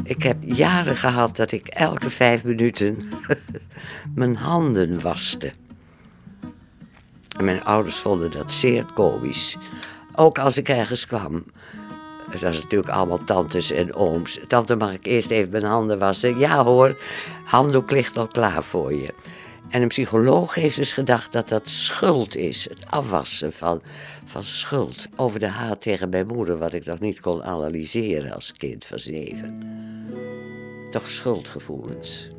Ik heb jaren gehad dat ik elke 5 minuten mijn handen waste. En mijn ouders vonden dat zeer komisch. Ook als ik ergens kwam. Dat was natuurlijk allemaal tantes en ooms. Tante, mag ik eerst even mijn handen wassen? Ja hoor, handdoek ligt al klaar voor je. En een psycholoog heeft dus gedacht dat dat schuld is. Het afwassen van schuld. Over de haat tegen mijn moeder, wat ik nog niet kon analyseren als kind van 7. Toch schuldgevoelens.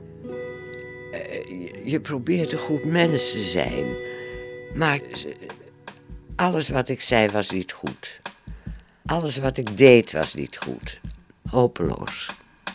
Je probeert een goed mens te zijn. Maar alles wat ik zei was niet goed. Alles wat ik deed was niet goed. Hopeloos.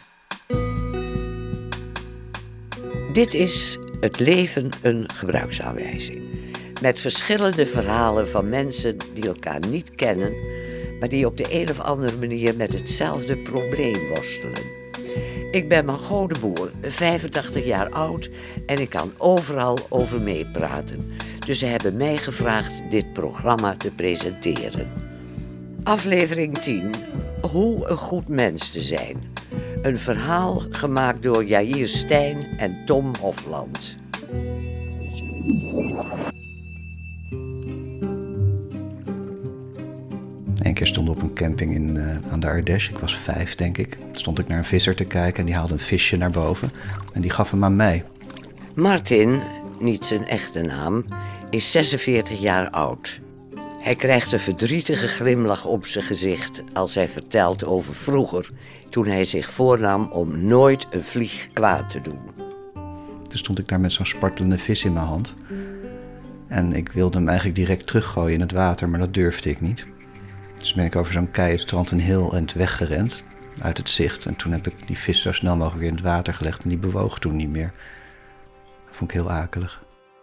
Dit is Het leven een gebruiksaanwijzing. Met verschillende verhalen van mensen die elkaar niet kennen, maar die op de een of andere manier met hetzelfde probleem worstelen. Ik ben Margot de Boer, 85 jaar oud en ik kan overal over meepraten. Dus ze hebben mij gevraagd dit programma te presenteren. Aflevering 10. Hoe een goed mens te zijn. Een verhaal gemaakt door Jair Stijn en Tom Hofland. Eén keer stond op een camping aan de Ardèche, ik was 5 denk ik. Stond ik naar een visser te kijken en die haalde een visje naar boven. En die gaf hem aan mij. Martin, niet zijn echte naam, is 46 jaar oud. Hij krijgt een verdrietige glimlach op zijn gezicht als hij vertelt over vroeger, toen hij zich voornam om nooit een vlieg kwaad te doen. Toen stond ik daar met zo'n spartelende vis in mijn hand. En ik wilde hem eigenlijk direct teruggooien in het water, maar dat durfde ik niet. Dus ben ik over zo'n kei het strand een heel eind weggerend, uit het zicht. En toen heb ik die vis zo snel mogelijk weer in het water gelegd en die bewoog toen niet meer. Dat vond ik heel akelig.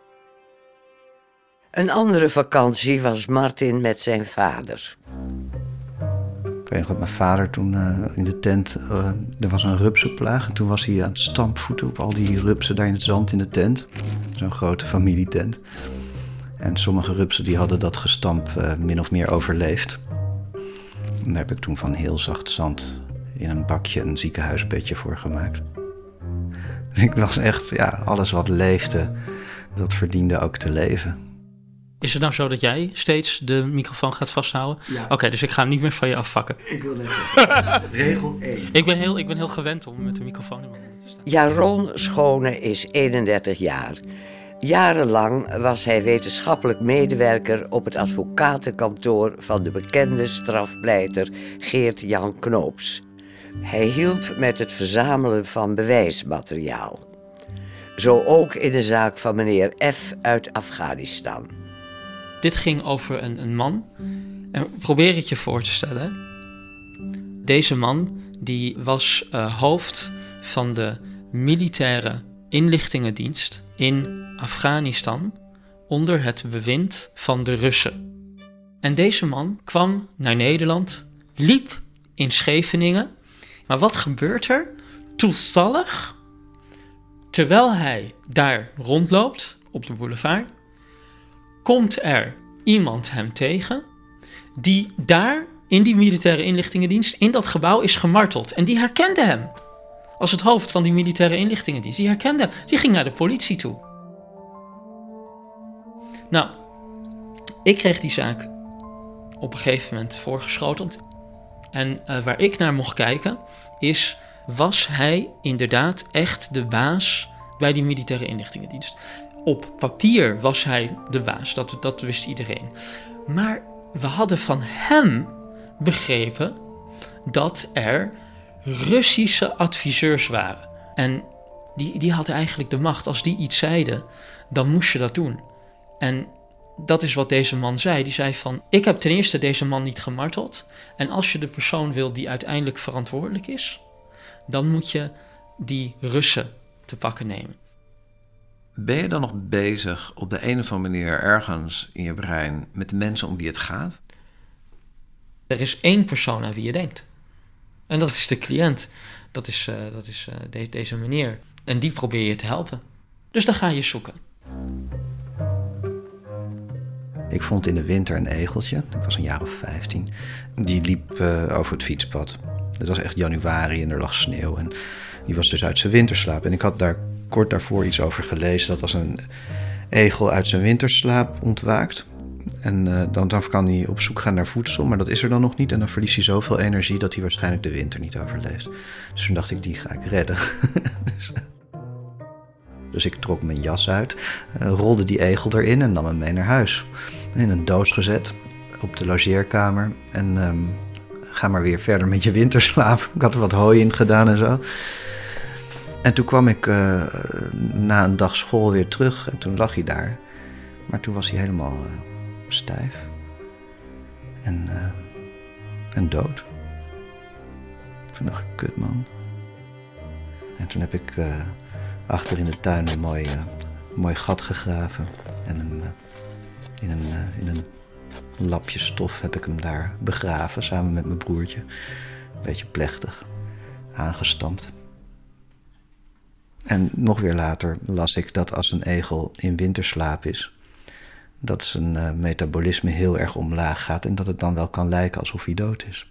Een andere vakantie was Martin met zijn vader. Ik weet nog dat mijn vader toen in de tent, er was een rupsenplaag. En toen was hij aan het stampvoeten op al die rupsen daar in het zand in de tent. Zo'n grote familietent. En sommige rupsen die hadden dat gestamp min of meer overleefd. En daar heb ik toen van heel zacht zand in een bakje een ziekenhuisbedje voor gemaakt. Dus ik was echt, ja, alles wat leefde, dat verdiende ook te leven. Is het nou zo dat jij steeds de microfoon gaat vasthouden? Ja. Oké, dus ik ga hem niet meer van je afvakken. Ik wil net zeggen, regel 1. Ik ben heel gewend om met de microfoon in mijn handen te staan. Jaron Schone is 31 jaar. Jarenlang was hij wetenschappelijk medewerker op het advocatenkantoor van de bekende strafpleiter Geert-Jan Knoops. Hij hielp met het verzamelen van bewijsmateriaal. Zo ook in de zaak van meneer F. uit Afghanistan. Dit ging over een man. En probeer het je voor te stellen. Deze man die was hoofd van de militaire inlichtingendienst in Afghanistan onder het bewind van de Russen. En deze man kwam naar Nederland, liep in Scheveningen. Maar wat gebeurt er? Toevallig, terwijl hij daar rondloopt op de boulevard, komt er iemand hem tegen die daar in die militaire inlichtingendienst in dat gebouw is gemarteld. En die herkende hem als het hoofd van die militaire inlichtingendienst. Die herkende hem. Die ging naar de politie toe. Nou, ik kreeg die zaak op een gegeven moment voorgeschoteld. En waar ik naar mocht kijken is, was hij inderdaad echt de baas bij die militaire inlichtingendienst? Op papier was hij de baas, dat wist iedereen. Maar we hadden van hem begrepen dat er Russische adviseurs waren. En die hadden eigenlijk de macht. Als die iets zeiden, dan moest je dat doen. En dat is wat deze man zei. Die zei van, ik heb ten eerste deze man niet gemarteld. En als je de persoon wil die uiteindelijk verantwoordelijk is, dan moet je die Russen te pakken nemen. Ben je dan nog bezig op de een of andere manier ergens in je brein met de mensen om wie het gaat? Er is één persoon aan wie je denkt. En dat is de cliënt. Dat is deze meneer. En die probeer je te helpen. Dus dan ga je zoeken. Ik vond in de winter een egeltje, ik was een jaar of 15. Die liep over het fietspad. Het was echt januari en er lag sneeuw. En die was dus uit zijn winterslaap. En ik had daar kort daarvoor iets over gelezen... dat als een egel uit zijn winterslaap ontwaakt... en dan kan hij op zoek gaan naar voedsel... maar dat is er dan nog niet. En dan verliest hij zoveel energie... dat hij waarschijnlijk de winter niet overleeft. Dus toen dacht ik, die ga ik redden. Dus ik trok mijn jas uit, rolde die egel erin en nam hem mee naar huis. In een doos gezet op de logeerkamer. En ga maar weer verder met je winterslaap. Ik had er wat hooi in gedaan en zo. En toen kwam ik na een dag school weer terug en toen lag hij daar. Maar toen was hij helemaal stijf en dood. Toen dacht ik, kut man. En toen heb ik achter in de tuin een mooi gat gegraven. En hem in een lapje stof heb ik hem daar begraven samen met mijn broertje. Een beetje plechtig, aangestampt. En nog weer later las ik dat als een egel in winterslaap is... dat zijn metabolisme heel erg omlaag gaat... en dat het dan wel kan lijken alsof hij dood is.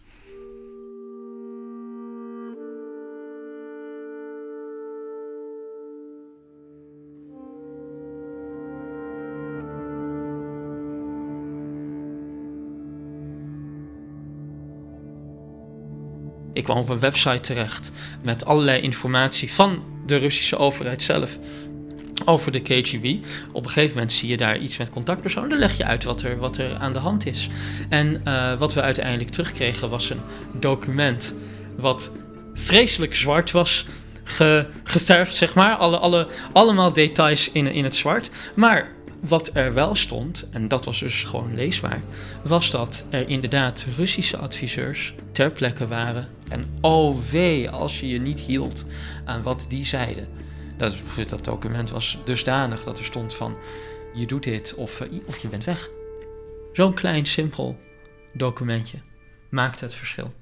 Ik kwam op een website terecht met allerlei informatie van de Russische overheid zelf over de KGB. Op een gegeven moment zie je daar iets met contactpersoon. Dan leg je uit wat er aan de hand is. En wat we uiteindelijk terugkregen was een document wat vreselijk zwart was gesterfd, zeg maar. Allemaal details in het zwart. Maar wat er wel stond, en dat was dus gewoon leesbaar, was dat er inderdaad Russische adviseurs ter plekke waren. En oh wee, als je je niet hield aan wat die zeiden. Dat document was dusdanig dat er stond van, je doet dit of je bent weg. Zo'n klein, simpel documentje maakt het verschil.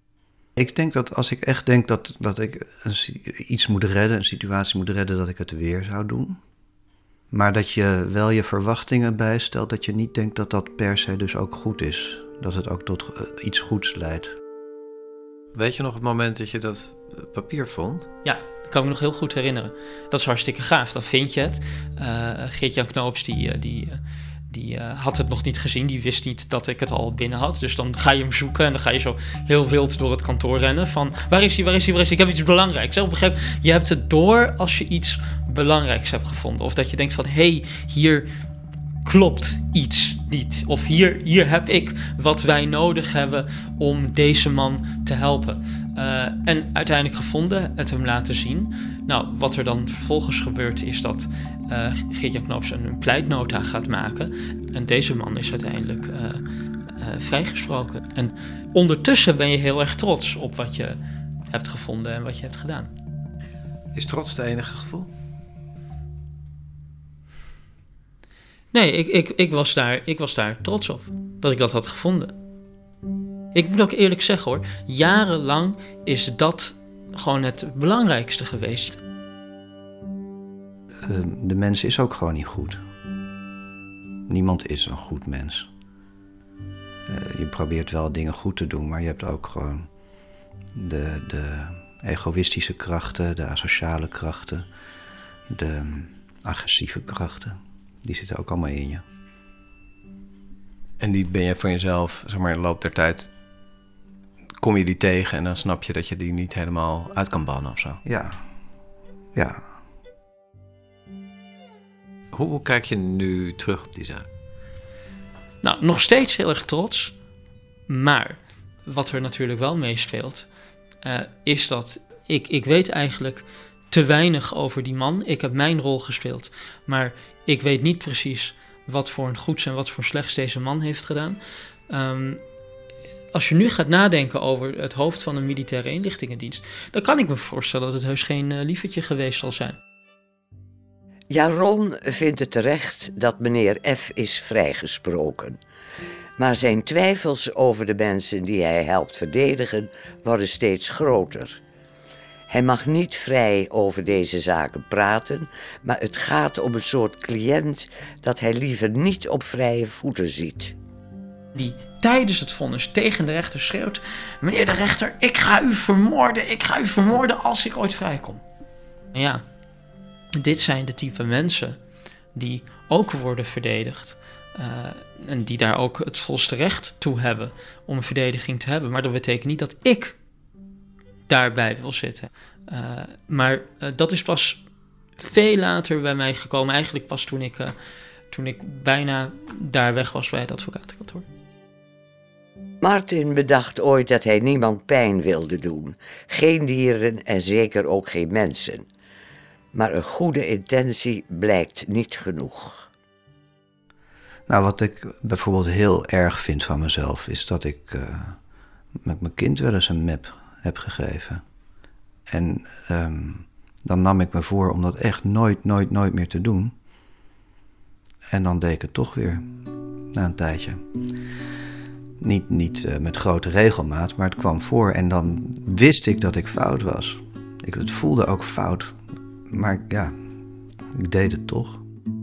Ik denk dat als ik echt denk dat ik iets moet redden, een situatie moet redden, dat ik het weer zou doen. Maar dat je wel je verwachtingen bijstelt, dat je niet denkt dat dat per se dus ook goed is. Dat het ook tot iets goeds leidt. Weet je nog het moment dat je dat papier vond? Ja, dat kan ik me nog heel goed herinneren. Dat is hartstikke gaaf, dan vind je het. Geert-Jan Knoops die had het nog niet gezien, die wist niet dat ik het al binnen had. Dus dan ga je hem zoeken en dan ga je zo heel wild door het kantoor rennen van waar is hij? Ik heb iets belangrijks. Op een gegeven moment, je hebt het door als je iets belangrijks hebt gevonden. Of dat je denkt van, hé, hier klopt iets niet. Of hier heb ik wat wij nodig hebben om deze man te helpen. En uiteindelijk gevonden, het hem laten zien. Nou, wat er dan vervolgens gebeurt is dat Geert-Jan Knoops een pleitnota gaat maken. En deze man is uiteindelijk vrijgesproken. En ondertussen ben je heel erg trots op wat je hebt gevonden en wat je hebt gedaan. Is trots het enige gevoel? Nee, ik was daar trots op dat ik dat had gevonden. Ik moet ook eerlijk zeggen hoor, jarenlang is dat gewoon het belangrijkste geweest. De mens is ook gewoon niet goed. Niemand is een goed mens. Je probeert wel dingen goed te doen, maar je hebt ook gewoon de egoïstische krachten, de asociale krachten, de agressieve krachten. Die zitten ook allemaal in je. En die ben je van jezelf, zeg maar, in de loop der tijd, kom je die tegen en dan snap je dat je die niet helemaal uit kan bannen of zo. Ja. Hoe kijk je nu terug op die zaak? Nou, nog steeds heel erg trots. Maar wat er natuurlijk wel meespeelt, is dat ik weet eigenlijk te weinig over die man. Ik heb mijn rol gespeeld, maar ik weet niet precies wat voor een goeds en wat voor slechts deze man heeft gedaan. Als je nu gaat nadenken over het hoofd van een militaire inlichtingendienst, dan kan ik me voorstellen dat het heus geen lievertje geweest zal zijn. Ja, Ron vindt het terecht dat meneer F. is vrijgesproken. Maar zijn twijfels over de mensen die hij helpt verdedigen worden steeds groter. Hij mag niet vrij over deze zaken praten, maar het gaat om een soort cliënt dat hij liever niet op vrije voeten ziet. Die tijdens het vonnis tegen de rechter schreeuwt: meneer de rechter, ik ga u vermoorden als ik ooit vrijkom. En ja, dit zijn de type mensen die ook worden verdedigd. En die daar ook het volste recht toe hebben om een verdediging te hebben. Maar dat betekent niet dat ik daarbij wil zitten. Maar dat is pas veel later bij mij gekomen. Eigenlijk pas toen ik bijna daar weg was bij het advocatenkantoor. Martin bedacht ooit dat hij niemand pijn wilde doen. Geen dieren en zeker ook geen mensen. Maar een goede intentie blijkt niet genoeg. Nou, wat ik bijvoorbeeld heel erg vind van mezelf, is dat ik met mijn kind wel eens een map heb gegeven. En dan nam ik me voor om dat echt nooit meer te doen. En dan deed ik het toch weer, na een tijdje. Niet met grote regelmaat, maar het kwam voor. En dan wist ik dat ik fout was. Het voelde ook fout. Maar ja, ik deed het toch.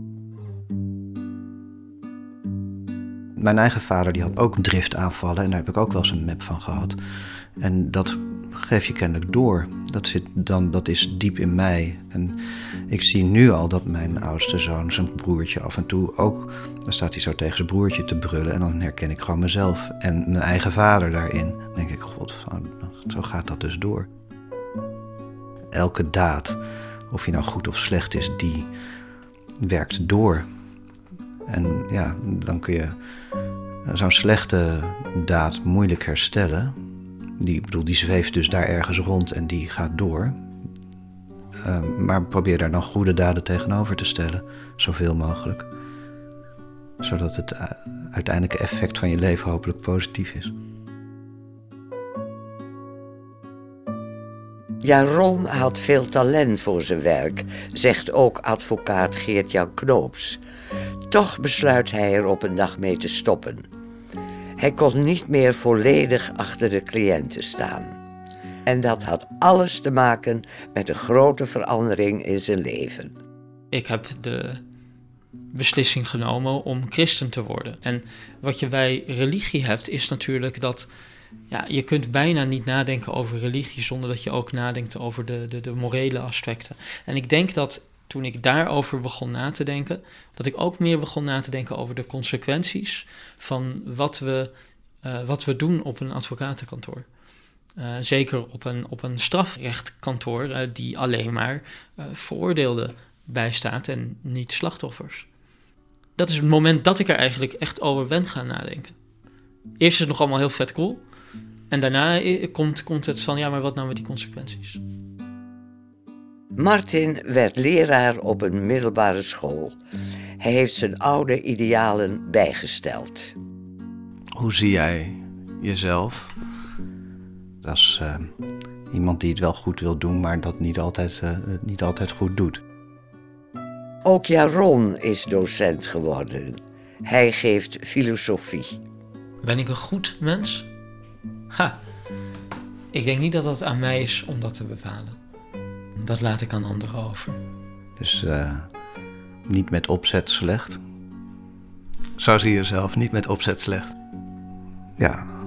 Mijn eigen vader die had ook driftaanvallen en daar heb ik ook wel eens een map van gehad. En dat geef je kennelijk door. Dat is diep in mij. En ik zie nu al dat mijn oudste zoon, zijn broertje, af en toe ook... Dan staat hij zo tegen zijn broertje te brullen en dan herken ik gewoon mezelf en mijn eigen vader daarin. Dan denk ik, god, zo gaat dat dus door. Elke daad, of die nou goed of slecht is, die werkt door. En ja, dan kun je zo'n slechte daad moeilijk herstellen. Die zweeft dus daar ergens rond en die gaat door. Maar probeer daar dan goede daden tegenover te stellen, zoveel mogelijk. Zodat het uiteindelijke effect van je leven hopelijk positief is. Ja, Ron had veel talent voor zijn werk, zegt ook advocaat Geert-Jan Knoops. Toch besluit hij er op een dag mee te stoppen. Hij kon niet meer volledig achter de cliënten staan. En dat had alles te maken met een grote verandering in zijn leven. Ik heb de beslissing genomen om christen te worden. En wat je bij religie hebt, is natuurlijk dat... Ja, je kunt bijna niet nadenken over religie zonder dat je ook nadenkt over de morele aspecten. En ik denk dat toen ik daarover begon na te denken, dat ik ook meer begon na te denken over de consequenties van wat we doen op een advocatenkantoor. Zeker op een strafrechtkantoor die alleen maar veroordeelden bijstaat en niet slachtoffers. Dat is het moment dat ik er eigenlijk echt over ben gaan nadenken. Eerst is het nog allemaal heel vet cool. En daarna komt het van, ja, maar wat nou met die consequenties? Martin werd leraar op een middelbare school. Hij heeft zijn oude idealen bijgesteld. Hoe zie jij jezelf? Als iemand die het wel goed wil doen, maar dat niet altijd goed doet. Ook Jaron is docent geworden. Hij geeft filosofie. Ben ik een goed mens? Ik denk niet dat het aan mij is om dat te bepalen. Dat laat ik aan anderen over. Dus niet met opzet slecht? Zo zie je jezelf, niet met opzet slecht. Ja.